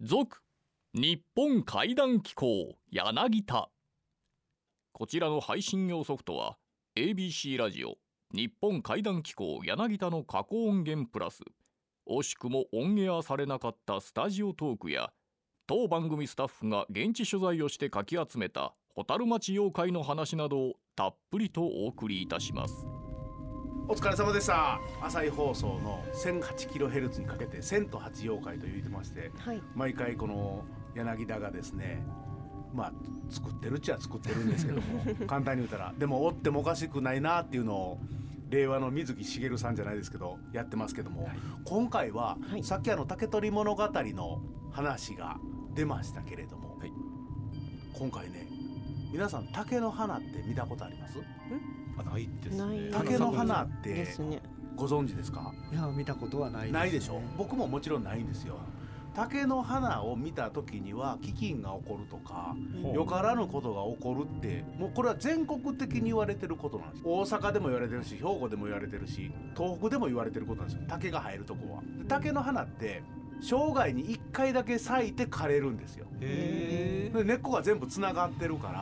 続日本怪談機構柳田。こちらの配信用ソフトは ABC ラジオ日本怪談機構柳田の過去音源プラス、惜しくもオンエアされなかったスタジオトークや当番組スタッフが現地取材をしてかき集めた蛍町妖怪の話などをたっぷりとお送りいたします。 お疲れ様でした。朝日放送の 1008kHz にかけて1000と8妖怪と言ってまして、はい、毎回この柳田がですね、作ってるっちゃ作ってるんですけども簡単に言うたらでも追ってもおかしくないなっていうのを令和の水木しげるさんじゃないですけどやってますけども、はい、今回は、さっき竹取物語の話が出ましたけれども、今回ね、皆さん竹の花って見たことあります？ ないですね。 竹の花ってご存知ですか？ いや、見たことはないですね。 ないでしょ。僕ももちろんないんですよ。竹の花を見た時には飢饉が起こるとか、よからぬことが起こるって、もうこれは全国的に言われてることなんです。大阪でも言われてるし、兵庫でも言われてるし、東北でも言われてることなんですよ。竹が生えるとこは。竹の花って生涯に1回だけ咲いて枯れるんですよ。で根っこが全部つながってるから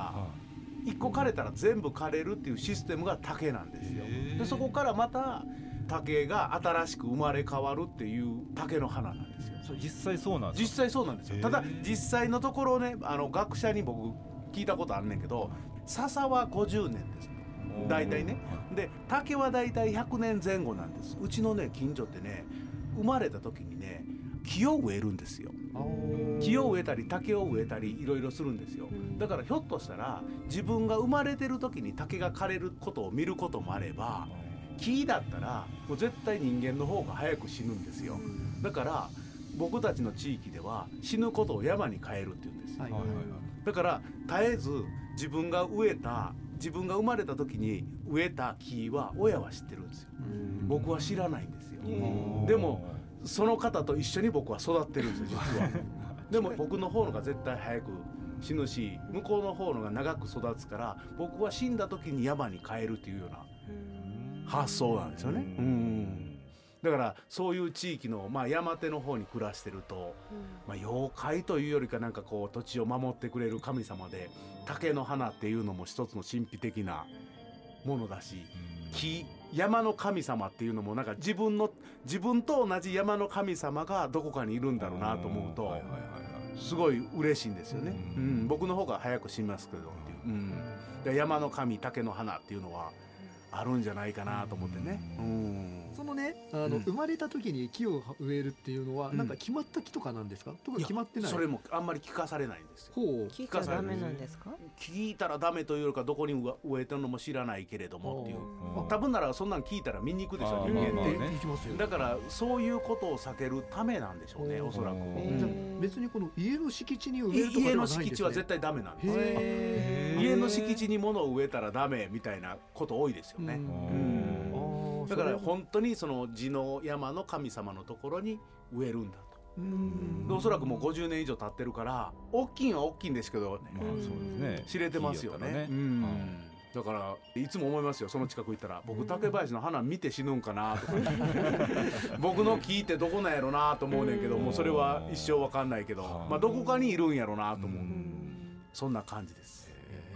、1個枯れたら全部枯れるっていうシステムが竹なんですよ。でそこからまた竹が新しく生まれ変わるっていう竹の花なんですよ。 実際そうなんですか？ 実際そうなんですよ。ただ実際のところね、学者に僕聞いたことあんねんけど、笹は50年です大体ね。で竹は大体100年前後なんです。うちのね近所ってね、生まれた時にね木を植えるんですよ。木を植えたり竹を植えたりいろいろするんですよ。だからひょっとしたら自分が生まれてる時に竹が枯れることを見ることもあれば、木だったらもう絶対人間の方が早く死ぬんですよ。だから僕たちの地域では死ぬことを山に変えるって言うんですよ。だから絶えず自分が生まれた時に植えた木は親は知ってるんですよ。僕は知らないんですよ。でもその方と一緒に僕は育ってるんですよ実は。でも僕の方のが絶対早く死ぬし、向こうの方のが長く育つから、僕は死んだ時に山に帰るっていうような発想なんですよね。だからそういう地域の、山手の方に暮らしてると、妖怪というよりかなんかこう土地を守ってくれる神様で、竹の花っていうのも一つの神秘的なものだし、山の神様っていうのもなんか自分と同じ山の神様がどこかにいるんだろうなと思うとすごい嬉しいんですよね。僕の方が早く死にますけどっていう、山の神竹の花っていうのはあるんじゃないかなと思ってね。 そのね、生まれた時に木を植えるっていうのはなんか決まった木とかなんですか？とか決まってない？ それもあんまり聞かされないんですよ。 聞いたらダメなんですか？ 聞いたらダメというよりか、どこに植えたのも知らないけれどもっていう。多分ならそんなん聞いたら見に行くでしょ人間って。だからそういうことを避けるためなんでしょうね、おそらく。 じゃあ別にこの家の敷地に植えるとかではないんですね。 家の敷地は絶対ダメなんです。家の敷地に物を植えたらダメみたいなこと多いですよね。だから本当にその地の山の神様のところに植えるんだと。おそらくもう50年以上経ってるから大きいのは大きいんですけど、知れてますよね。だからいつも思いますよ、その近く行ったら。僕竹林の花見て死ぬんかなとか僕の木ってどこなんやろなと思うねんけど、もうそれは一生わかんないけど、どこかにいるんやろなと思う。そんな感じです。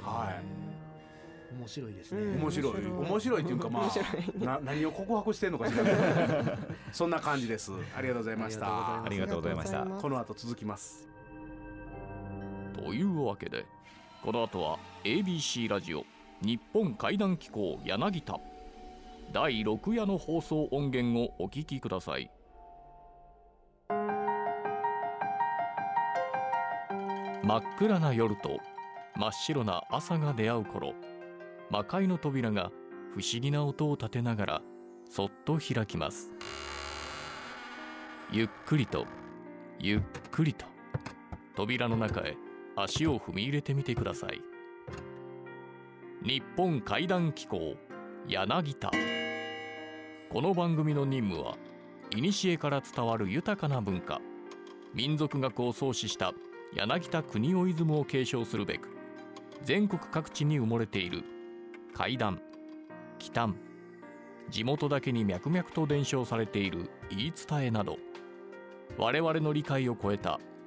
面白いですね。 面白いっていうか、何を告白してんのかしらそんな感じです。ありがとうございました。 ありがとうございました。 この後続きます。 というわけで、この後は ABC ラジオ日本怪談機構柳田第6夜の放送音源をお聞きください。真っ暗な夜と真っ白な朝が出会う頃、魔界の扉が不思議な音を立てながらそっと開きます。ゆっくりとゆっくりと扉の中へ足を踏み入れてみてください。日本怪談機構柳田。この番組の任務は、古から伝わる豊かな文化、民族学を創始した柳田国男イズムを継承するべく、全国各地に埋もれている怪談、奇談、地元だけに脈々と伝承されている言い伝えなど、我々の理解を超えた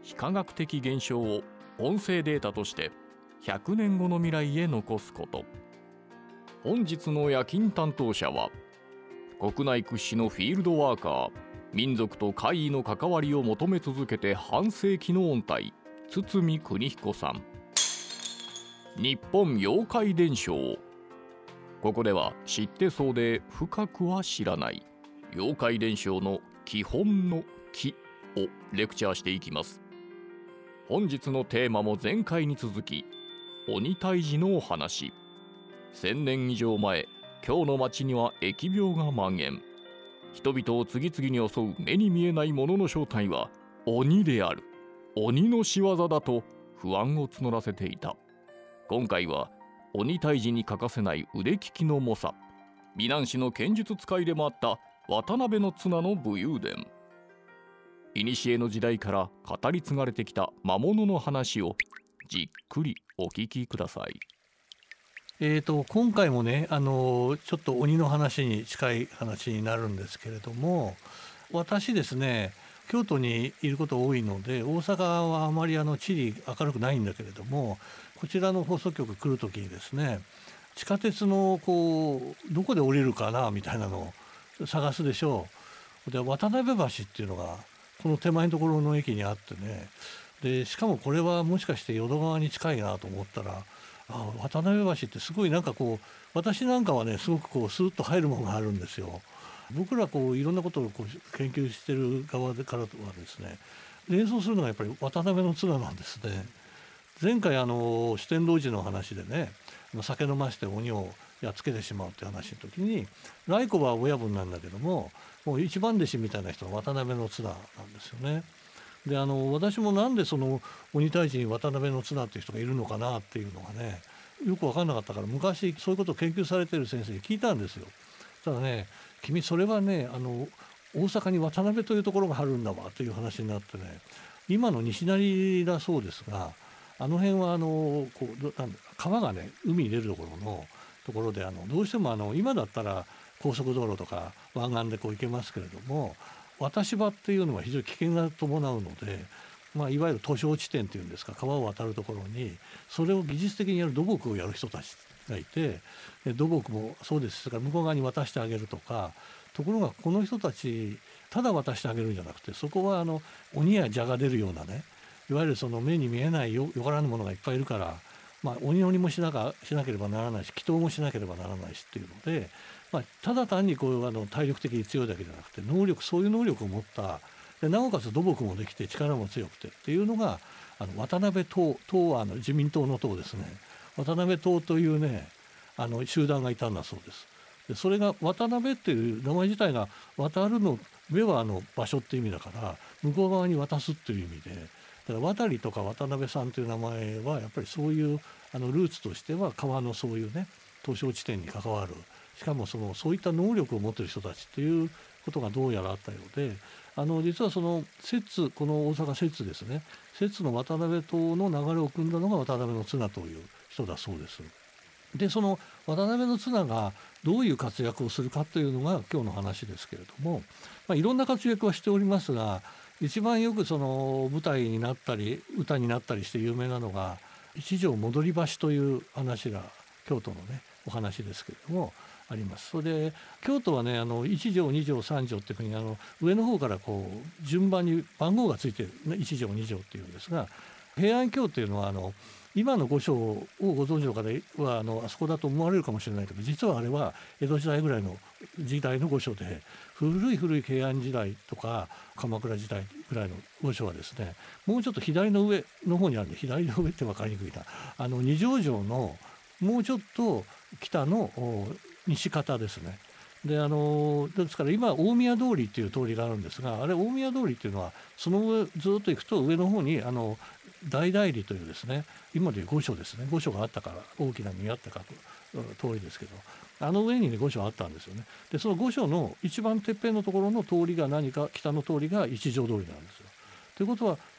非科学的現象を音声データとして100年後の未来へ残すこと。本日の夜勤担当者は国内屈指のフィールドワーカー、民族と怪異の関わりを求め続けて半世紀の音体、堤邦彦さん。日本妖怪伝承。ここでは知ってそうで深くは知らない妖怪伝承の基本の基をレクチャーしていきます。本日のテーマも前回に続き、鬼退治のお話。1000年以上前、京の町には疫病が蔓延。人々を次々に襲う目に見えないものの正体は鬼である、鬼の仕業だと不安を募らせていた。今回は鬼退治に欠かせない腕利きの猛者、美男子の剣術使いでもあった渡辺の綱の武勇伝。古の時代から語り継がれてきた魔物の話をじっくりお聞きください。 今回もね、ちょっと鬼の話に近い話になるんですけれども、私ですね、京都にいること多いので、大阪はあまり地理明るくないんだけれども、こちらの放送局来る時にですね、地下鉄のどこで降りるかなみたいなのを探すでしょう。で、渡辺橋っていうのがこの手前のところの駅にあってね、でしかもこれはもしかして淀川に近いなと思ったら、渡辺橋ってすごい私なんかはね、すごくスーッと入るものがあるんですよ。僕らいろんなことを研究してる側からはですね、連想するのがやっぱり渡辺の綱なんですね。前回四天王寺の話でね、酒飲まして鬼をやっつけてしまうって話の時に、頼子は親分なんだけども、もう一番弟子みたいな人が渡辺の綱なんですよね。で私もなんでその鬼退治に渡辺の綱っていう人がいるのかなっていうのがね、よく分かんなかったから、昔そういうことを研究されてる先生に聞いたんですよ。ただね、君それはね、大阪に渡辺というところがあるんだわという話になってね、今の西成だそうですが、あの辺は川がね、海に出るところでどうしても今だったら高速道路とか湾岸で行けますけれども、渡し場っていうのは非常に危険が伴うので、いわゆる図書地点っていうんですか、川を渡るところにそれを技術的にやる土木をやる人たちがいて、土木もそうです。それから向こう側に渡してあげるとか。ところがこの人たちただ渡してあげるんじゃなくて、そこは鬼や蛇が出るようなね、いわゆるその目に見えないよからぬものがいっぱいいるから、鬼もしなければならないし、祈祷もしなければならないしっていうので、ただ単に体力的に強いだけじゃなくて、そういう能力を持った、でなおかつ土木もできて力も強くてっていうのが渡辺党は自民党の党ですね。渡辺党というね、集団がいたんだそうです。でそれが渡辺っていう名前自体が、渡るの上は場所っていう意味だから、向こう側に渡すっていう意味で、だから渡りとか渡辺さんという名前はやっぱりそういうルーツとしては川のそういうね、図書地点に関わる、しかもそういった能力を持っている人たちっていうことがどうやらあったようで、実はこの大阪摂津ですね、摂津の渡辺党の流れを組んだのが渡辺の綱という人だそうです。でその渡辺の綱がどういう活躍をするかというのが今日の話ですけれども、いろんな活躍はしておりますが、一番よく舞台になったり歌になったりして有名なのが一条戻り橋という話が京都のねお話ですけれどもあります。それで京都はね、1条2条3条っていうふうに上の方から順番に番号がついてる、ね、1条2条っていうんですが、平安京というのは今の御所をご存知の方はあそこだと思われるかもしれないけど、実はあれは江戸時代ぐらいの時代の御所で、古い平安時代とか鎌倉時代ぐらいの御所はですね、もうちょっと左の上の方にあるんで、左の上って分かりにくいな、二条城のもうちょっと北の西方ですね。ですから今大宮通りっていう通りがあるんですが、あれ大宮通りっていうのはその上ずっと行くと上の方に大内裏というですね、今でいう御所ですね、御所があったから大きな宮って書く通りですけど、上にね御所あったんですよね。でその御所の一番てっぺんのところの通りが何か、北の通りが一条通りなんですよ。ということは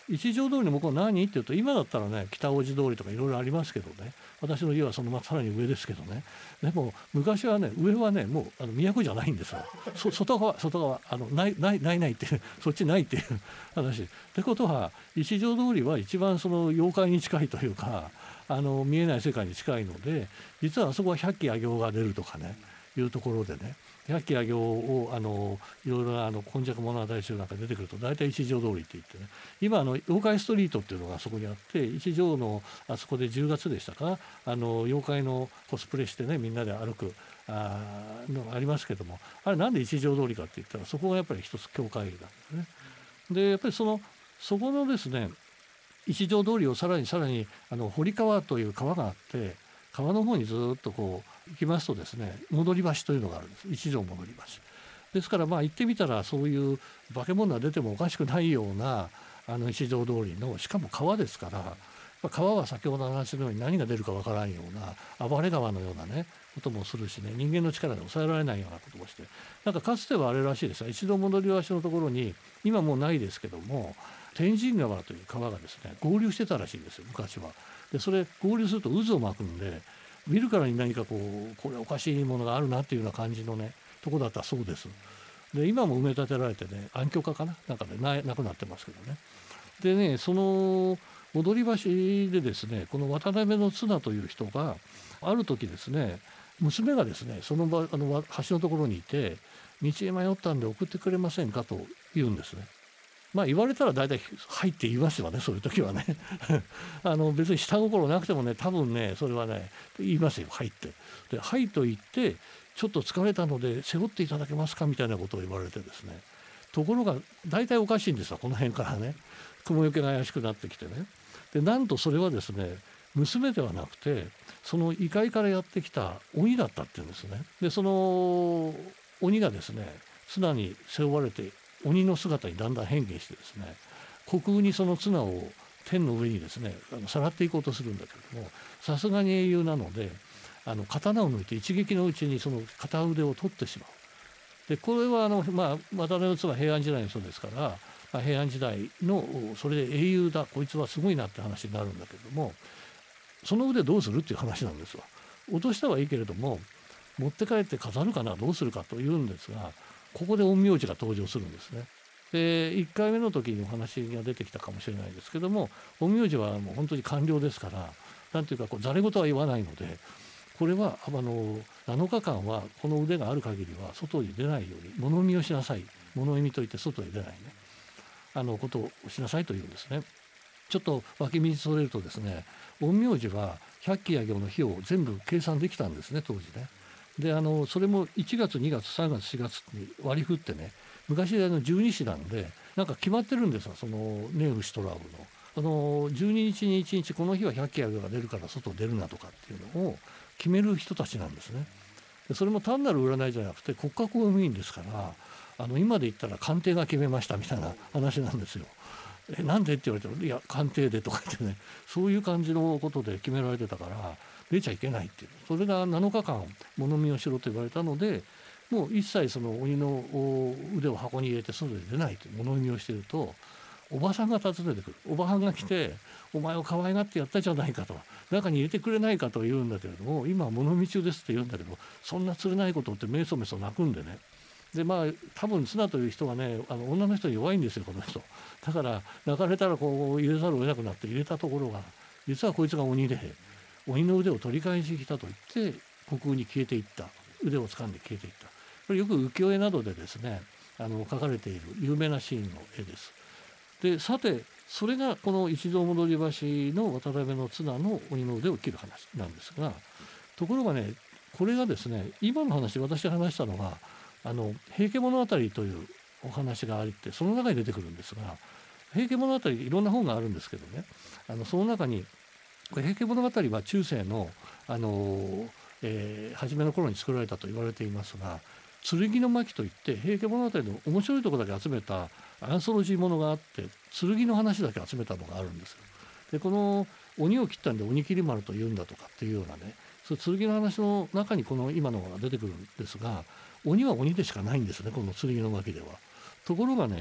一条通りの向こう何って言うと、今だったらね北大路通りとかいろいろありますけどね、私の家はそのさらに上ですけどね、でも昔はね上はねもう都じゃないんですよ。外側ないってそっちないっていう話ってことは、一条通りは一番その妖怪に近いというか見えない世界に近いので、実はあそこは百鬼夜行が出るとかねいうところでね、百鬼夜行をいろいろな今昔物語集なんか出てくると大体一条通りって言ってね、今妖怪ストリートっていうのがそこにあって、一条のあそこで10月でしたか、妖怪のコスプレしてねみんなで歩くのがありますけども、あれなんで一条通りかって言ったら、そこがやっぱり一つ境界なんですね。でやっぱりそこのですね一条通りをさらに堀川という川があって、川の方にずっとこう行きますとですね、戻り橋というのがあるんです。一条戻り橋ですから、行ってみたらそういう化け物が出てもおかしくないような一条通りの、しかも川ですから、川は先ほどの話のように何が出るかわからんような暴れ川のようなねこともするしね、人間の力で抑えられないようなこともして、なんかかつてはあれらしいですが、一条戻り橋のところに今もうないですけども、天神川という川がですね合流してたらしいんですよ昔は。でそれ合流すると渦を巻くんで、見るからに何かこれおかしいものがあるなっていうような感じのねとこだったそうです。で今も埋め立てられてね、暗渠化かなんかでなくなってますけどね。でね、その戻り橋でですね、この渡辺の綱という人がある時ですね、娘がですねその場橋のところにいて、道へ迷ったんで送ってくれませんかと言うんですね。言われたら大体「はい」って言いますよね、そういう時はね別に下心なくてもね、多分ねそれはね言いますよ「はい」って。で「はい」と言って、ちょっと疲れたので背負っていただけますかみたいなことを言われてですね、ところが大体おかしいんですよ、この辺からね雲行きが怪しくなってきてね。でなんとそれはですね娘ではなくて、その異界からやってきた鬼だったっていうんですね。でその鬼がですね綱に背負われて鬼の姿にだんだん変化してですね、虚空にその綱を天の上にですねさらっていこうとするんだけれども、さすがに英雄なので刀を抜いて一撃のうちにその片腕を取ってしまう。でこれは渡辺の綱は平安時代の人ですから、平安時代のそれで英雄だ、こいつはすごいなって話になるんだけれども、その腕どうするっていう話なんですわ。落としたはいいけれども持って帰って飾るかな、どうするかというんですが、ここで陰陽師が登場するんですね。で1回目の時にお話が出てきたかもしれないですけども、陰陽師はもう本当に官僚ですから、なんていうかざれ言は言わないので、これは7日間はこの腕がある限りは外に出ないように物見をしなさい、物見といって外へ出ないねことをしなさいというんですね。ちょっと脇道それるとですね、陰陽師は百鬼夜行の日を全部計算できたんですね当時ね。でそれも1月2月3月4月に割り振ってね、昔十二支なんでなんか決まってるんですよ、そのネウシトラウの12日に1日この日は百鬼夜行が出るから外出るなとかっていうのを決める人たちなんですね。でそれも単なる占いじゃなくて国家公務員ですから、今で言ったら官邸が決めましたみたいな話なんですよ。なんでって言われても、いや官邸でとか言ってね、そういう感じのことで決められてたから出ちゃいけないっていう、それが7日間物見をしろと言われたので、もう一切その鬼の腕を箱に入れて外で出ないという物見をしていると、おばさんが訪ねてくる。おばはんが来て「お前を可愛がってやったじゃないか」と「中に入れてくれないか」と言うんだけれども、今は物見中ですって言うんだけど、そんな釣れないことってメソメソ泣くんでね。で多分綱という人はね女の人に弱いんですよこの人。だから泣かれたらこう入れざるを得なくなって入れたところが、実はこいつが鬼で鬼の腕を取り返してきたと言って虚空に消えていった、腕を掴んで消えていった。これよく浮世絵などでですね描かれている有名なシーンの絵です。でさてそれがこの一条戻り橋の渡辺の綱の鬼の腕を切る話なんですが、ところがねこれがですね今の話、私が話したのは平家物語というお話があって、その中に出てくるんですが、平家物語いろんな本があるんですけどね、その中に平家物語は中世の初めの頃に作られたと言われていますが、剣の巻といって平家物語の面白いところだけ集めたアンソロジーものがあって、剣の話だけ集めたのがあるんですよ。でこの鬼を切ったんで鬼切丸というんだとかっていうようなね、そう剣の話の中にこの今のが出てくるんですが、鬼は鬼でしかないんですねこの剣の巻では。ところがね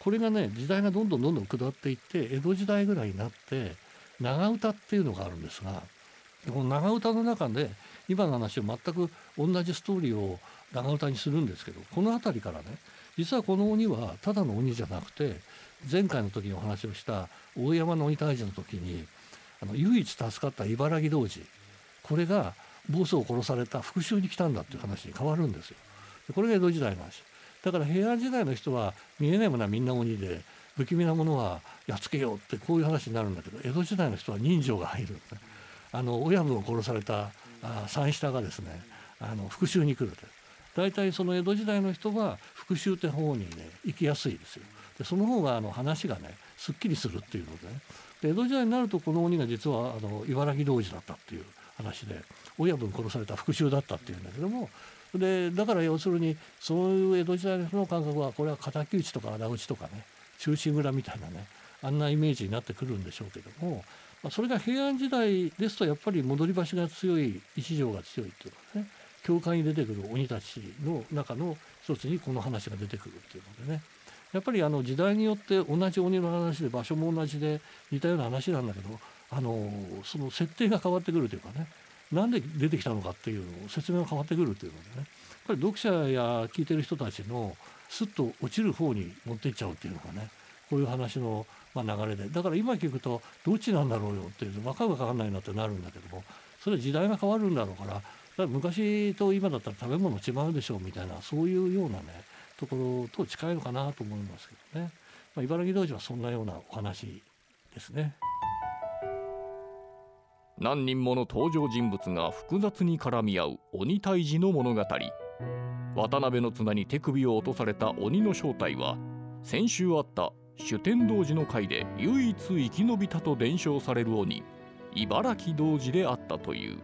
これがね時代がどんどん下っていって江戸時代ぐらいになって長唄っていうのがあるんですが、この長唄の中で今の話を全く同じストーリーを長唄にするんですけど、この辺りからね実はこの鬼はただの鬼じゃなくて、前回の時にお話をした大山の鬼退治の時に唯一助かった茨城童子、これがボスを殺された復讐に来たんだっていう話に変わるんですよ。これが江戸時代の話だから、平安時代の人は見えないものはみんな鬼で不気味なものはやっつけようってこういう話になるんだけど、江戸時代の人は人情が入るんですね。親分を殺された三下がですね復讐に来ると。大体その江戸時代の人は復讐って方にね行きやすいですよ。でその方が話がねすっきりするっていうのでね、で江戸時代になるとこの鬼が実は茨城童子だったっていう話で、親分殺された復讐だったっていうんだけども、でだから要するにそういう江戸時代の人の感覚はこれは敵討ちとか仇討ちとかね忠臣蔵みたいなねあんなイメージになってくるんでしょうけども、それが平安時代ですとやっぱり戻り橋が強い一条が強いっていうかね、教会に出てくる鬼たちの中の一つにこの話が出てくるっていうのでね、やっぱり時代によって同じ鬼の話で場所も同じで似たような話なんだけど、その設定が変わってくるというかね、なんで出てきたのかっていうのを説明が変わってくるというのでね、やっぱり読者や聞いてる人たちのスッと落ちる方に持っていっちゃうっていうのがね、こういう話の流れで、だから今聞くとどっちなんだろうよっていう分かる分かんないなってなるんだけども、それは時代が変わるんだろうから、だから昔と今だったら食べ物違うでしょうみたいな、そういうようなねところと近いのかなと思いますけどね。茨城童子はそんなようなお話ですね。 何人もの登場人物が複雑に絡み合う鬼退治の物語。渡辺の綱に手首を落とされた鬼の正体は、先週あった酒呑童子の会で唯一生き延びたと伝承される鬼、茨城童子であったという。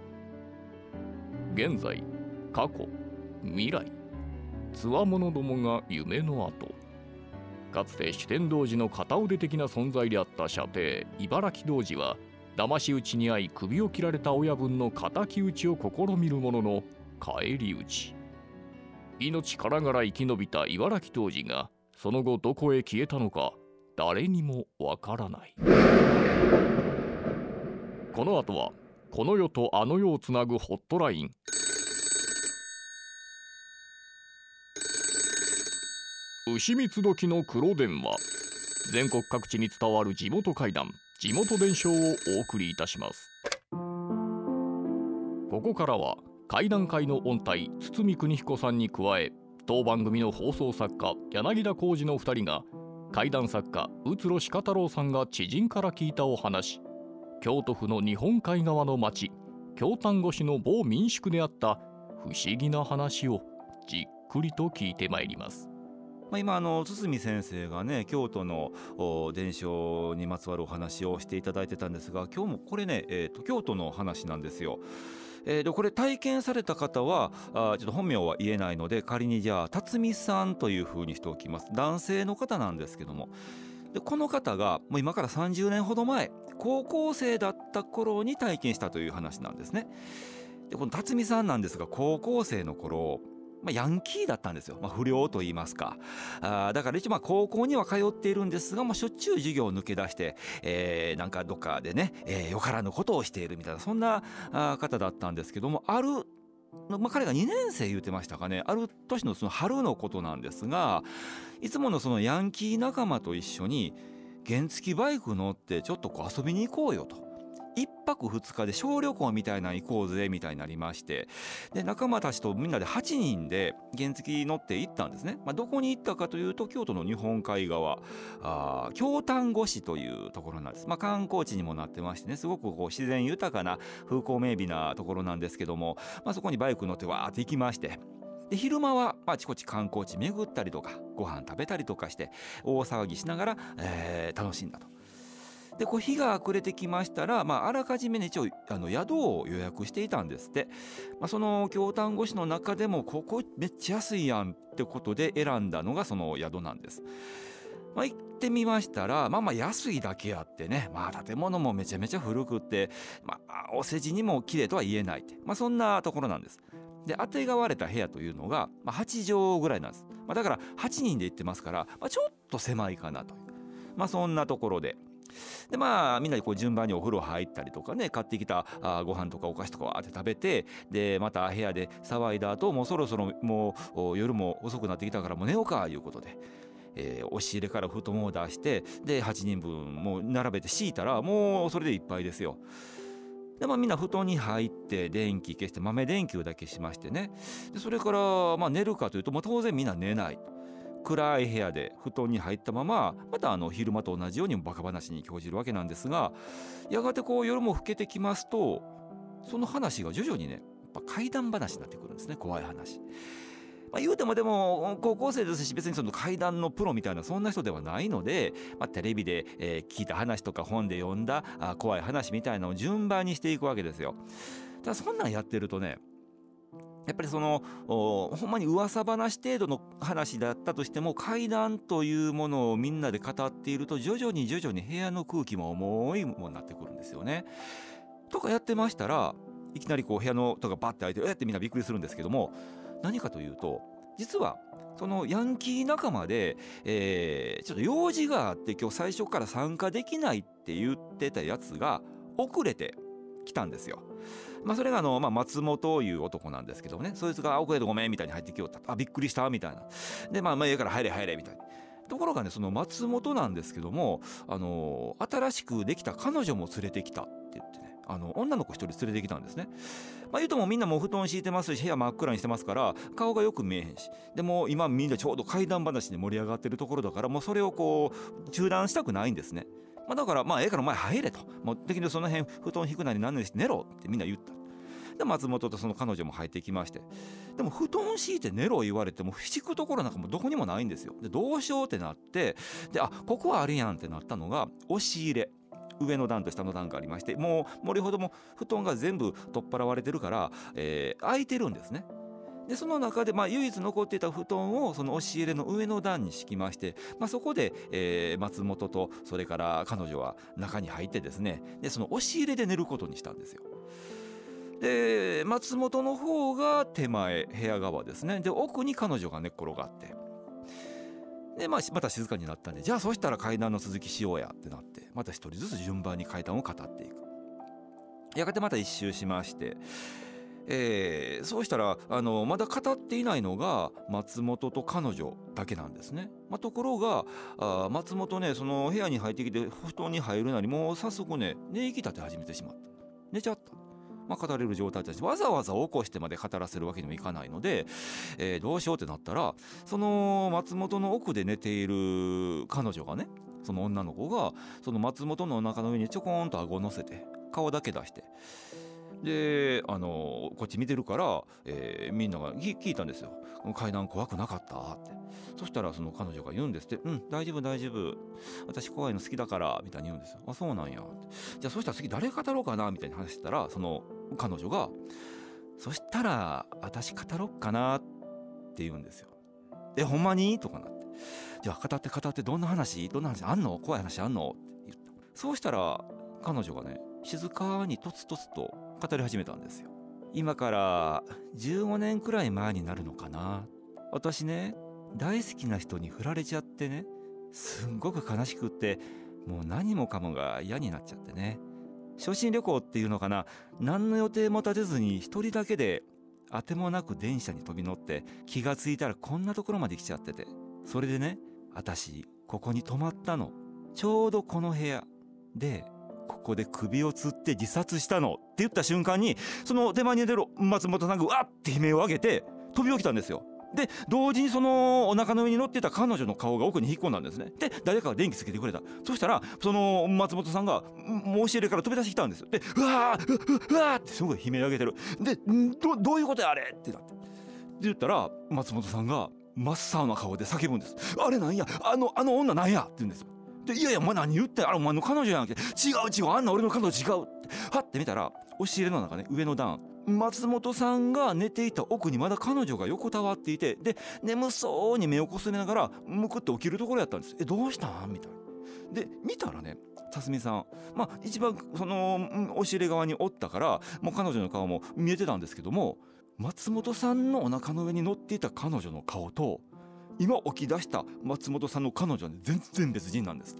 現在、過去、未来、つわものどもが夢の後。かつて酒呑童子の片腕的な存在であった舎弟茨城童子は、騙し討ちに遭い首を切られた親分の敵討ちを試みるものの返り討ち。命からがら生き延びた茨城童子がその後どこへ消えたのか誰にもわからない。この後はこの世とあの世をつなぐホットライン、牛三時の黒電話。全国各地に伝わる地元怪談、地元伝承をお送りいたします。ここからは怪談界の音体堤邦彦さんに加え、当番組の放送作家柳田浩二の2人が怪談作家宇津呂鹿太郎さんが知人から聞いたお話、京都府の日本海側の町京丹後市の某民宿であった不思議な話をじっくりと聞いてまいります。 今堤先生がね京都の伝承にまつわるお話をしていただいてたんですが、今日もこれね、京都の話なんですよ。これ体験された方はちょっと本名は言えないので、仮にじゃあ辰巳さんというふうにしておきます。男性の方なんですけども、でこの方がもう今から30年ほど前、高校生だった頃に体験したという話なんですね。でこの辰巳さんなんですが、高校生の頃ヤンキーだったんですよ。不良と言いますか。だから一応高校には通っているんですが、しょっちゅう授業を抜け出して、なんかどっかでね、よからぬことをしているみたいな、そんな方だったんですけども、ある、彼が2年生言ってましたかね、ある年のその春のことなんですが、いつものそのヤンキー仲間と一緒に原付バイク乗ってちょっと遊びに行こうよと。1泊2日で小旅行みたいなの行こうぜみたいになりまして、で仲間たちとみんなで8人で原付乗って行ったんですね。どこに行ったかというと、京都の日本海側京丹後市というところなんです。観光地にもなってましてね、すごく自然豊かな風光明媚なところなんですけども、そこにバイク乗ってわーって行きまして、で昼間はあちこち観光地巡ったりとかご飯食べたりとかして大騒ぎしながら、楽しんだと。で日が暮れてきましたら、あらかじめね一応宿を予約していたんですって。その京丹後市の中でもここめっちゃ安いやんってことで選んだのがその宿なんです。行ってみましたら、安いだけあってね、建物もめちゃめちゃ古くって、お世辞にも綺麗とは言えないって、そんなところなんです。 で当てがわれた部屋というのが、8畳ぐらいなんです。だから8人で行ってますから、ちょっと狭いかなという、そんなところでみんなでこう順番にお風呂入ったりとかね、買ってきたご飯とかお菓子とかわーって食べて、でまた部屋で騒いだ後、もうそろそろもう夜も遅くなってきたからもう寝ようかいうことで、押し入れから布団を出して、で8人分もう並べて敷いたらもうそれでいっぱいですよ。でみんな布団に入って電気消して豆電球だけしましてね、でそれから寝るかというともう当然みんな寝ない。暗い部屋で布団に入ったまま、また昼間と同じようにバカ話に興じるわけなんですが、やがてこう夜も更けてきますと、その話が徐々にね、やっぱ怪談話になってくるんですね。怖い話。言うてもでも高校生ですし、別にその怪談のプロみたいなそんな人ではないので、テレビで聞いた話とか本で読んだ怖い話みたいなのを順番にしていくわけですよ。ただそんなんやってるとね、やっぱりそのほんまに噂話程度の話だったとしても、怪談というものをみんなで語っていると徐々に部屋の空気も重いものになってくるんですよね。とかやってましたら、いきなりこう部屋の戸がバッて開いてってみんなびっくりするんですけども、何かというと、実はそのヤンキー仲間で、ちょっと用事があって今日最初から参加できないって言ってたやつが遅れて来たんですよ。それが松本という男なんですけどね、そいつが遅れてごめんみたいに入ってきよった。びっくりしたみたいな。で家から入れみたいな。ところがね、その松本なんですけども、新しくできた彼女も連れてきたって言ってね、女の子一人連れてきたんですね。言うともみんなもう布団敷いてますし、部屋真っ暗にしてますから顔がよく見えへんし、でも今みんなちょうど怪談話で盛り上がってるところだから、もうそれをこう中断したくないんですね。だからから前入れと、もうできるその辺布団引くなり何なりして寝ろってみんな言った。で松本とその彼女も入ってきまして、でも布団敷いて寝ろ言われても敷くところなんかもうどこにもないんですよ。でどうしようってなって、でここはあるやんってなったのが押し入れ。上の段と下の段がありまして、もう森ほども布団が全部取っ払われてるから、空いてるんですね。でその中で唯一残っていた布団をその押し入れの上の段に敷きまして、そこで、松本とそれから彼女は中に入ってですね、でその押し入れで寝ることにしたんですよ。で松本の方が手前部屋側ですね。で奥に彼女が寝っ転がって、でまた静かになったんで、じゃあそしたら階段の続きしようやってなって、また一人ずつ順番に階段を語っていく。やがてまた一周しまして、そうしたらまだ語っていないのが松本と彼女だけなんですね。ところが松本ね、その部屋に入ってきて布団に入るなりもう早速ね寝息立て始めてしまった。寝ちゃった。語れる状態だし、わざわざ起こしてまで語らせるわけにもいかないので、どうしようってなったら、その松本の奥で寝ている彼女がね、その女の子がその松本のお腹の上にちょこんと顎を乗せて顔だけ出して、でこっち見てるから、みんなが聞いたんですよ。階段怖くなかったって。そしたらその彼女が言うんですって、大丈夫私怖いの好きだからみたいに言うんですよ。そうなんやって。じゃあそしたら次誰語ろうかなみたいに話してたら、その彼女がそしたら私語ろっかなって言うんですよ。ほんまにとかなって、じゃあ語ってどんな話あんの、怖い話あんのって言った。そうしたら彼女がね静かにとつとつと語り始めたんですよ。今から15年くらい前になるのかな。私ね大好きな人に振られちゃってね、すんごく悲しくってもう何もかもが嫌になっちゃってね、初心旅行っていうのかな、何の予定も立てずに一人だけであてもなく電車に飛び乗って、気がついたらこんなところまで来ちゃってて、それでね私ここに泊まったの、ちょうどこの部屋でここで首をつって自殺したのって言った瞬間に、その手前に出る松本さんがわって悲鳴を上げて飛び起きたんですよ。で同時にそのお腹の上に乗ってた彼女の顔が奥に引っ込んだんですね。で誰かが電気つけてくれた。そしたらその松本さんがもう押し入れから飛び出してきたんですよ。でうわーってすごい悲鳴上げてる。でどういうことやあれってなって言ったら、松本さんが真っ青な顔で叫ぶんです。あれなんや、あの女なんやって言うんですよ。でいやお前何言ってん、お前の彼女やんけ。違うあんな俺の彼女違うって。はって見たら押し入れの中ね、上の段松本さんが寝ていた奥にまだ彼女が横たわっていて、で眠そうに目をこすりながらむくって起きるところやったんです。どうしたんみたいな。で見たらね辰巳さん、一番その押し入れ側におったからもう彼女の顔も見えてたんですけども、 松本さんのお腹の上に乗っていた彼女の顔と今起き出した松本さんの彼女は全然別人なんですって。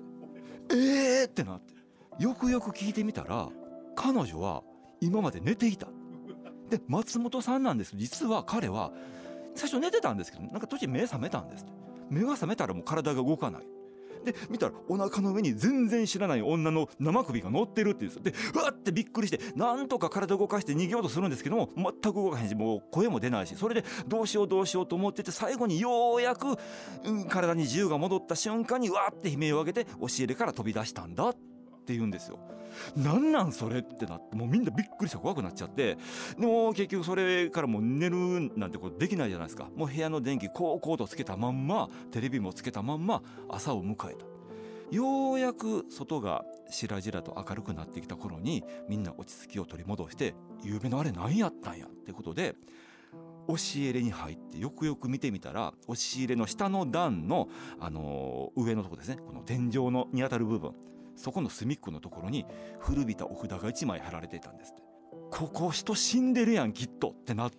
ってなって、よくよく聞いてみたら彼女は今まで寝ていた。で松本さんなんです。実は彼は最初寝てたんですけど、なんか途中目覚めたんですって。目が覚めたらもう体が動かない。で見たらお腹の上に全然知らない女の生首が乗ってるっていうんですよ。でうわってびっくりして、なんとか体動かして逃げようとするんですけども、全く動かへんし、もう声も出ないし、それでどうしようと思ってて、最後にようやく、体に自由が戻った瞬間にわーって悲鳴を上げて押し入れから飛び出したんだって言うんですよ。なんなんそれってなって、もうみんなびっくりして怖くなっちゃって、でも結局それからもう寝るなんてことできないじゃないですか。もう部屋の電気こうとつけたまんま、テレビもつけたまんま朝を迎えた。ようやく外がしらじらと明るくなってきた頃に、みんな落ち着きを取り戻して、夕べのあれ何やったんやってことで押し入れに入ってよくよく見てみたら、押し入れの下の段の、上のとこですね、この天井のに当たる部分、そこの隅っこのところに古びたお札が1枚貼られていたんですって。ここ人死んでるやんきっとってなって、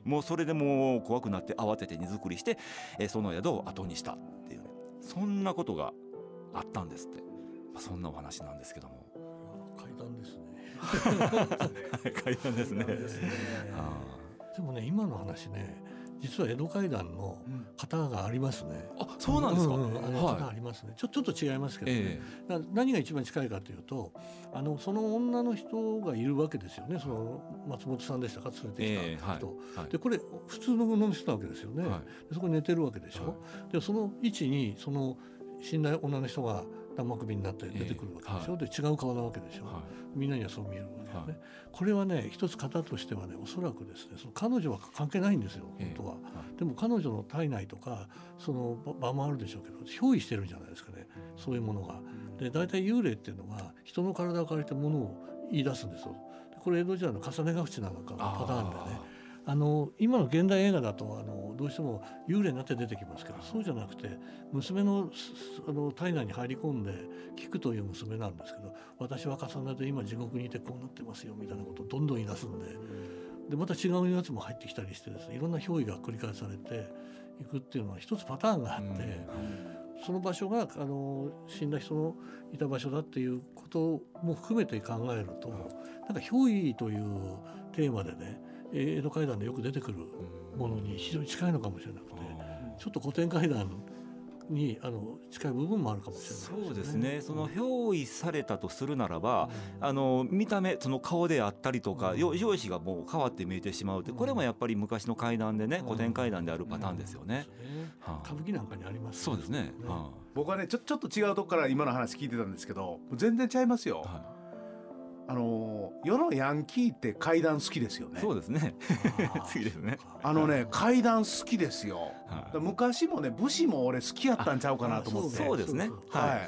もうそれでもう怖くなって慌てて荷造りして、その宿を後にしたっていうね、そんなことがあったんですって。そんなお話なんですけども。 階段ですね。 階段ですね。 でもね、今の話ね、実は江戸階段の型がありますね。 あ、そうなんですか。 型ありますね。ちょっと違いますけどね。何が一番近いかというと、その女の人がいるわけですよね。その松本さんでしたか、連れてきた人。でこれ普通の女の人なわけですよね。でそこに寝てるわけでしょ。でその位置にその死んだ女の人が生首になって出てくるわけでしょ。で違う顔なわけでしょ。みんなにはそう見えるわけよね。これはね、一つ型としてはね、おそらくですね、その彼女は関係ないんですよ、本当は。でも彼女の体内とかその場もあるでしょうけど、憑依してるんじゃないですかね、そういうものが。で大体幽霊っていうのは人の体を借りてものを言い出すんですよ。これ江戸時代の重ねが淵なんかのパターンでね、今の現代映画だとどうしても幽霊になって出てきますけど、そうじゃなくて娘の体内に入り込んで聞くという娘なんですけど、私は重ねて今地獄にいてこうなってますよみたいなことをどんどん言い出すんで、また違うやつも入ってきたりしてですね、いろんな憑依が繰り返されていくっていうのは一つパターンがあって、その場所が死んだ人のいた場所だっていうことも含めて考えると、なんか憑依というテーマでね、江戸階段でよく出てくるものに非常に近いのかもしれなくて、ちょっと古典階段に近い部分もあるかもしれないですね。 そうですね。その憑依されたとするならば、見た目、その顔であったりとか、容姿がもう変わって見えてしまうって、これもやっぱり昔の階段でね、古典階段であるパターンですよね。 歌舞伎なんかにあります。 そうですね。 僕はね、ちょっと違うとこから今の話聞いてたんですけど、全然ちゃいますよ。世のヤンキーって階段好きですよね。 そうですね。好きですね。 階段好きですよ。昔もね、武士も俺好きやったんちゃうかなと思って。 そうですね。はい。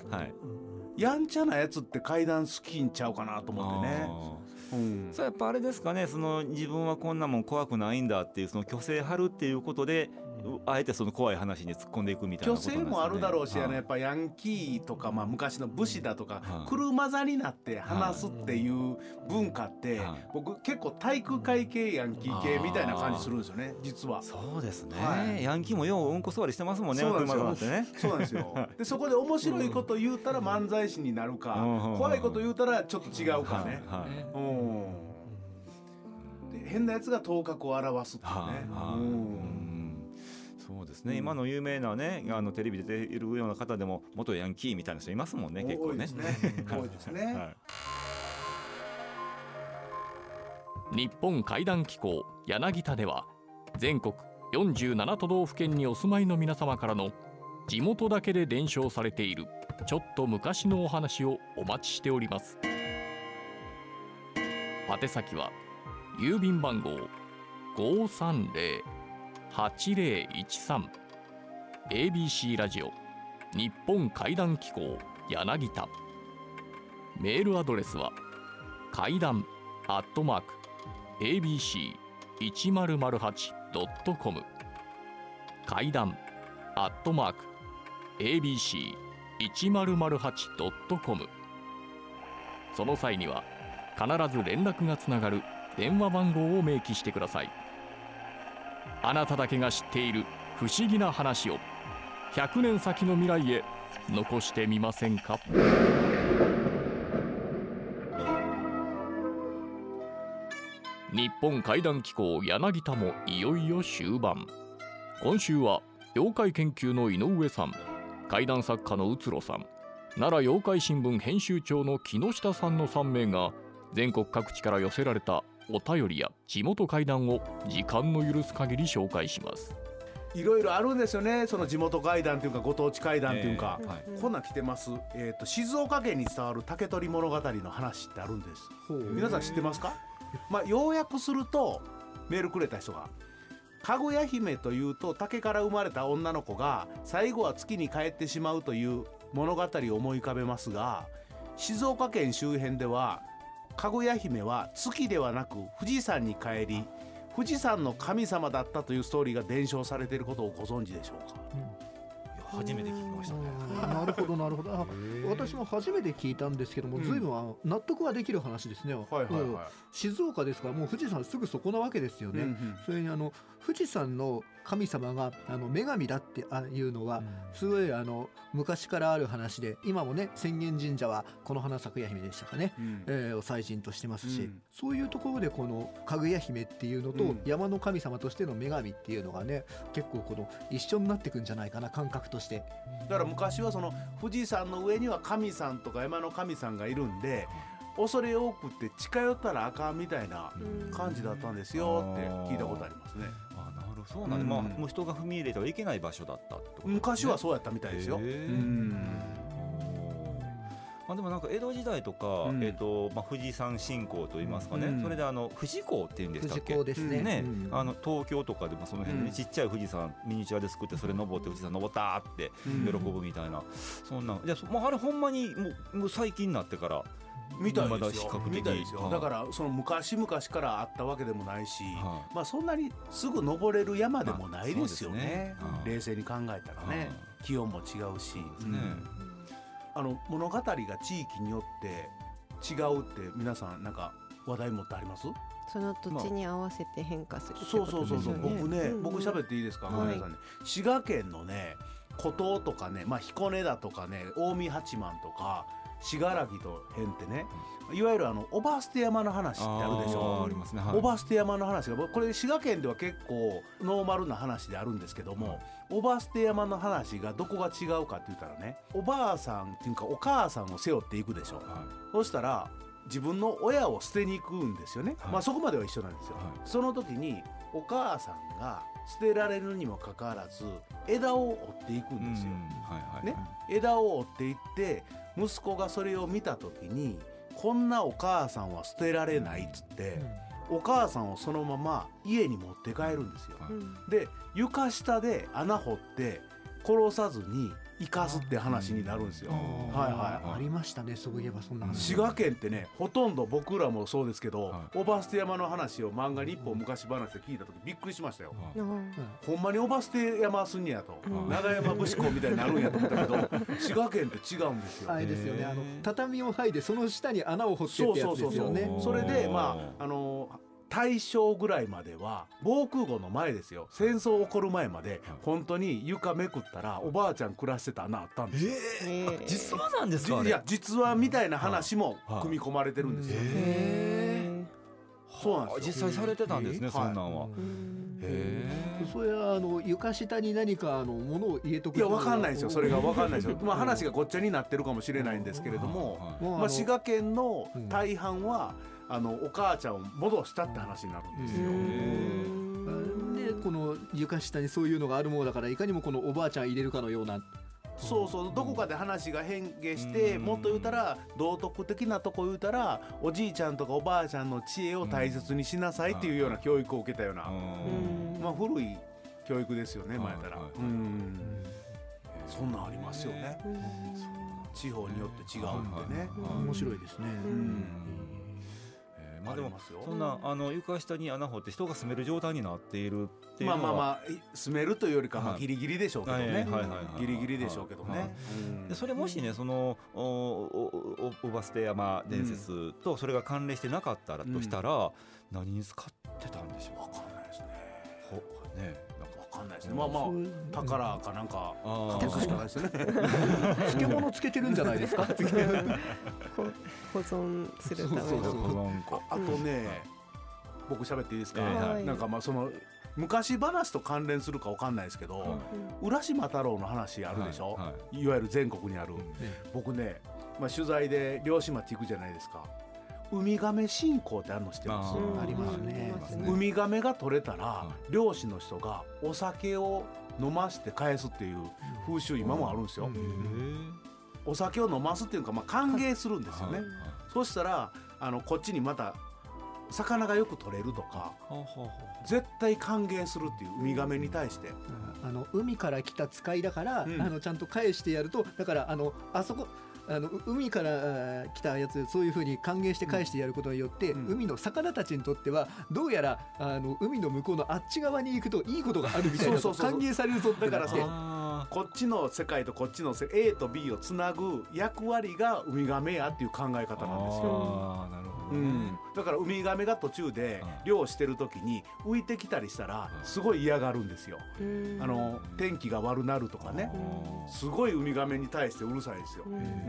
やんちゃなやつって階段好きんちゃうかなと思ってね。 それやっぱあれですかね、その自分はこんなもん怖くないんだっていう、その虚勢張るっていうことで、あえてその怖い話に突っ込んでいくみたいなことなんですかね。虚勢もあるだろうし、やっぱヤンキーとか、昔の武士だとか、車座になって話すっていう文化って、僕結構体育会系ヤンキー系みたいな感じするんですよね、実は。 そうですね。ヤンキーもよううんこ座りしてますもんね。車座ってね。 そうなんですよ。でそこで面白いこと言うたら漫才師になるか、怖いこと言うたらちょっと違うかね。変なやつが頭角を現すってね。 そうですね。今の有名なね、テレビで出ているような方でも元ヤンキーみたいな人いますもんね、結構ね。 多いですね。 日本怪談機構柳田では、全国47都道府県にお住まいの皆様からの地元だけで伝承されているちょっと昔のお話をお待ちしております。宛先は郵便番号 530-8013 ABC ラジオ日本怪談機構柳田。メールアドレスは怪談@abc1008.com 怪談@abc1008.com。 その際には必ず連絡がつながる電話番号を明記してください。 あなただけが知っている不思議な話を100年先の未来へ残してみませんか。日本怪談機構柳田もいよいよ終盤。今週は妖怪研究の井上さん、怪談作家の宇津呂さん、奈良妖怪新聞編集長の木下さんの3名が全国各地から寄せられたお便りや地元怪談を時間の許す限り紹介します。 いろいろあるんですよね。その地元怪談というかご当地怪談というか、 はいこんなん来てます。静岡県に伝わる竹取物語の話ってあるんです。皆さん知ってますか？要約すると、メールくれた人が、かぐや姫というと竹から生まれた女の子が最後は月に帰ってしまうという物語を思い浮かべますが、静岡県周辺ではかぐや姫は月ではなく富士山に帰り、富士山の神様だったというストーリーが伝承されていることをご存知でしょうか？ 初めて聞きましたね。 なるほどなるほど。私も初めて聞いたんですけども、随分納得はできる話ですね。静岡ですからもう富士山すぐそこなわけですよね。それに富士山の神様が女神だっていうのはすごい昔からある話で、今もね浅間神社はこの花咲くや姫でしたかね、を祭神としてますし、そういうところでこのかぐや姫っていうのと山の神様としての女神っていうのがね、結構この一緒になってくんじゃないかな、感覚として。 だから昔はその富士山の上には神さんとか山の神さんがいるんで、恐れ多くって近寄ったらあかんみたいな感じだったんですよって聞いたことありますね。 なるほど、そうなんで、もう人が踏み入れてはいけない場所だったってことですね。 昔はそうやったみたいですよ。 でもなんか江戸時代とか、富士山信仰といいますかね、それで富士講っていうんでしたっけ？ 富士講ですね。 東京とかでもその辺で、ちっちゃい富士山ミニチュアで作って、それ登って富士山登ったって喜ぶみたいな、そんな、いやあれほんまにもう最近になってからみたいですよ。 まだ比較的だからその昔々からあったわけでもないし、そんなにすぐ登れる山でもないですよね。冷静に考えたらね、気温も違うし。物語が地域によって違うって皆さんなんか話題持ってあります？ その土地に合わせて変化するってことですよね。 僕喋っていいですか？ごめんなさいね。滋賀県のね、湖東とかね、彦根だとかね、近江八幡とか信楽と辺ってね、いわゆるおば捨て山の話ってあるでしょ。 ありますね。 おば捨て山の話がこれ滋賀県では結構ノーマルな話であるんですけども、おば捨て山の話がどこが違うかって言ったらね、おばあさんっていうかお母さんを背負っていくでしょ。そしたら自分の親を捨てに行くんですよね。そこまでは一緒なんですよ。その時にお母さんが捨てられるにもかかわらず枝を折っていくんですよ。枝を折っていって息子がそれを見た時に、こんなお母さんは捨てられないっつって、お母さんをそのまま家に持って帰るんですよ。で床下で穴掘って殺さずに生かすって話になるんですよ。 ありましたね、そういえばそんな話。 滋賀県ってね、ほとんど僕らもそうですけど、おば捨て山の話を漫画日本昔話で聞いた時びっくりしましたよ。ほんまにおば捨て山すんやと、長山節子みたいになるんやと思ったけど、滋賀県って違うんですよ。 あれですよね、畳を剥いでその下に穴を掘ってってやつですよね。 それで大正ぐらいまでは防空壕の前ですよ。戦争起こる前まで本当に床めくったらおばあちゃん暮らしてた穴あったんですよ。 実話なんですか？ いや実話みたいな話も組み込まれてるんですよ。そうなんですよ。 実際されてたんですね、そんなんは。 それは床下に何か物を入れとく。 いや分かんないですよ。それが分かんないですよ。話がごっちゃになってるかもしれないんですけれども、滋賀県の大半はお母ちゃんを戻したって話になるんですよ。 でこの床下にそういうのがあるものだから、いかにもこのおばあちゃん入れるかのような。 どこかで話が変化して、もっと言うたら道徳的なとこ言うたら、おじいちゃんとかおばあちゃんの知恵を大切にしなさいっていうような教育を受けたような、古い教育ですよね、前から。そんなんありますよね。地方によって違うんでね。 面白いですね。 でもそんな床下に穴掘って人が住める状態になっているっていうのは、 住めるというよりかギリギリでしょうけどね。ギリギリでしょうけどね。 それもしね、そのおば捨て山伝説とそれが関連してなかったらとしたら、何に使ってたんでしょうか？ 分かんないですね。 ね。 わかんないですね。まあ宝かなんか隠すしかないですね。 漬物つけてるんじゃないですか。 保存するための。 あとね、僕喋っていいですか。 はい、 なんかその昔話と関連するかわかんないですけど、浦島太郎の話あるでしょ。いわゆる全国にある。僕ね、取材で漁師町行くじゃないですか。ウミガメ信仰ってあるの知ってます？ ありますね。 ウミガメが取れたら漁師の人がお酒を飲まして返すっていう風習今もあるんですよ。お酒を飲ますっていうか歓迎するんですよね。そうしたらこっちにまた魚がよく取れるとか絶対歓迎するっていうウミガメに対して、 海から来た使いだから、ちゃんと返してやると、だからあそこ海から来たやつそういう風に歓迎して返してやることによって、海の魚たちにとってはどうやら海の向こうのあっち側に行くといいことがあるみたいな、歓迎されるぞってなって、 こっちの世界とこっちのA と B をつなぐ役割がウミガメやっていう考え方なんですよ。 なるほど。 だからウミガメが途中で漁してる時に浮いてきたりしたらすごい嫌がるんですよ。天気が悪なるとかね、すごいウミガメに対してうるさいですよ。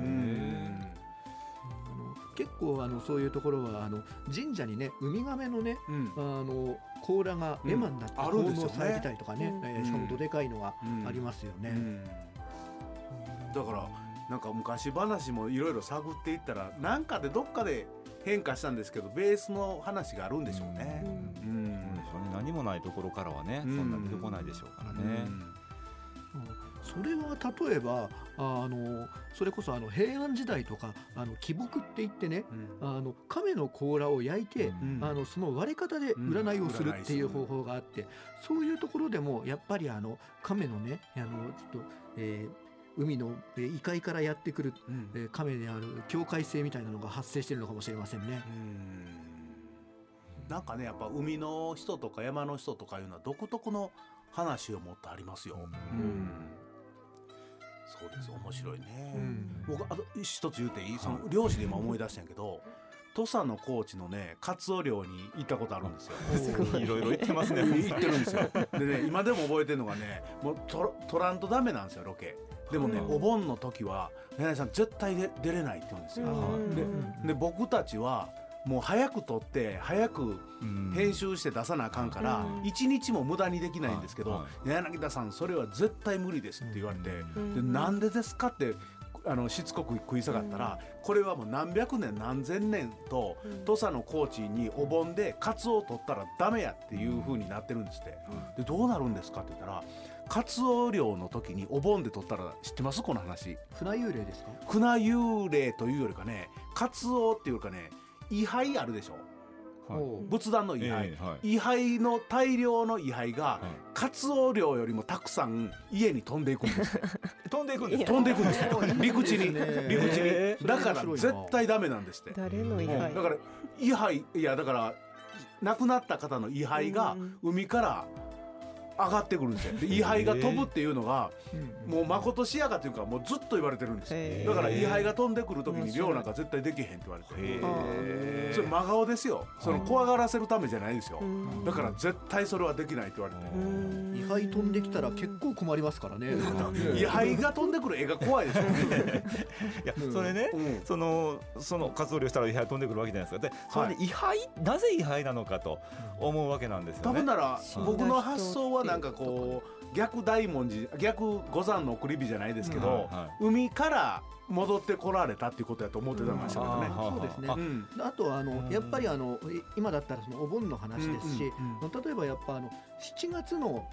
結構そういうところは神社にね、ウミガメのね、甲羅が絵馬になって奉納されてたりとかね、しかもどでかいのがありますよね。 だからなんか昔話もいろいろ探っていったらなんかでどっかで変化したんですけど、ベースの話があるんでしょうね。 何もないところからはね、そんな出てこないでしょうからね。 それは例えばそれこそ平安時代とか木木って言ってね、亀の甲羅を焼いて、その割れ方で占いをするっていう方法があって、そういうところでもやっぱり亀のねちょっと、海の異界からやってくる、亀である境界性みたいなのが発生しているのかもしれませんね。 なんかね、やっぱ海の人とか山の人とかいうのは独特の話を持ってありますよ。そうです、面白いね。僕あと一つ言うていい？その漁師で今思い出したんやけど、土佐の高知のねカツオ漁に行ったことあるんですよ。 いろいろ行ってますね。 行ってるんですよ。でね、今でも覚えてるのがね、もう取らんとダメなんですよ、ロケ。でもね、お盆の時は柳井さん絶対出れないって言うんですよ。で僕たちはもう早く撮って早く編集して出さなあかんから一日も無駄にできないんですけど、柳田さんそれは絶対無理ですって言われて、でなんでですかってしつこく食い下がったら、これはもう何百年何千年と土佐の高知にお盆でカツオを取ったらダメやっていう風になってるんですって。でどうなるんですかって言ったら、カツオ漁の時にお盆で取ったら、知ってますこの話？ 船幽霊ですか？ 船幽霊というよりかね、カツオっていうかね、位牌あるでしょ、仏壇の位牌、位牌の大量の位牌がカツオ漁よりもたくさん家に飛んでいくんです飛んでいくんです飛んでいくんですよ、陸地に。だから絶対ダメなんですって。 誰の位牌？ だから位牌、いやだから亡くなった方の位牌が海から上がってくるんですよ。で位牌が飛ぶっていうのがもうまことしやかというか、もうずっと言われてるんですよ。だから位牌が飛んでくる時に漁なんか絶対できへんって言われて、それ真顔ですよ。その怖がらせるためじゃないですよ。だから絶対それはできないって言われて、 位牌飛んできたら結構困りますからね。 位牌が飛んでくる絵が怖いでしょ。いやそれね、そのカツオ漁したら位牌飛んでくるわけじゃないですか。でそれで位牌、なぜ位牌なのかと思うわけなんですよね。 多分なら僕の発想はなんかこう逆大文字、逆五山の送り火じゃないですけど、海から戻ってこられたっていうことやと思ってたんですけどね。 そうですね。あとやっぱり今だったらそのお盆の話ですし、例えばやっぱ7月の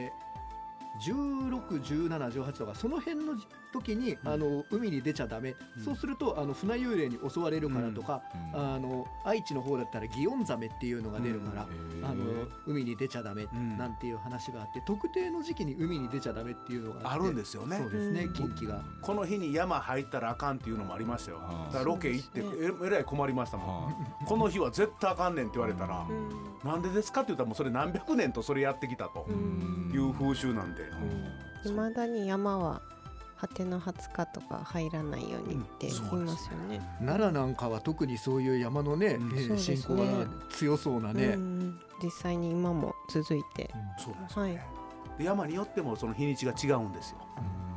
16、17、18とかその辺の時に海に出ちゃダメ、そうすると船幽霊に襲われるからとか、愛知の方だったら祇園ザメっていうのが出るから海に出ちゃダメなんていう話があって、特定の時期に海に出ちゃダメっていうのがあるんですよね。 そうですね、近畿がこの日に山入ったらあかんっていうのもありましたよ。だからロケ行ってえらい困りましたもん。この日は絶対あかんねんって言われたら、なんでですかって言ったらもうそれ何百年とそれやってきたという風習なんで、 未だに山は果ての20日とか入らないようにって言いますよね。 奈良なんかは特にそういう山のね、信仰が強そうなね、 実際に今も続いて、 そうですね、で山によってもその日にちが違うんですよ。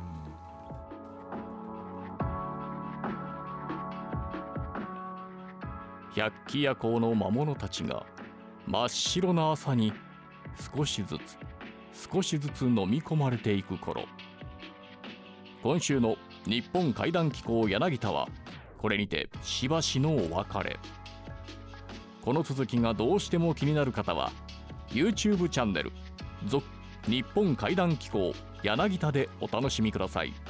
百鬼夜行の魔物たちが真っ白な朝に少しずつ飲み込まれていく頃、今週の日本怪談機構柳田はこれにてしばしのお別れ。この続きがどうしても気になる方は YouTube チャンネル続日本怪談機構柳田でお楽しみください。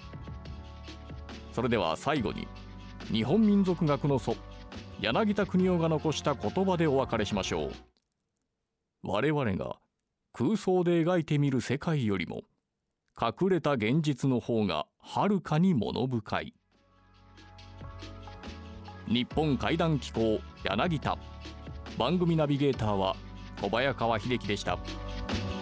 それでは最後に日本民族学の祖柳田国男が残した言葉でお別れしましょう。我々が空想で描いてみる世界よりも隠れた現実の方がはるかに物深い。日本怪談機構柳田、番組ナビゲーターは小早川秀樹でした。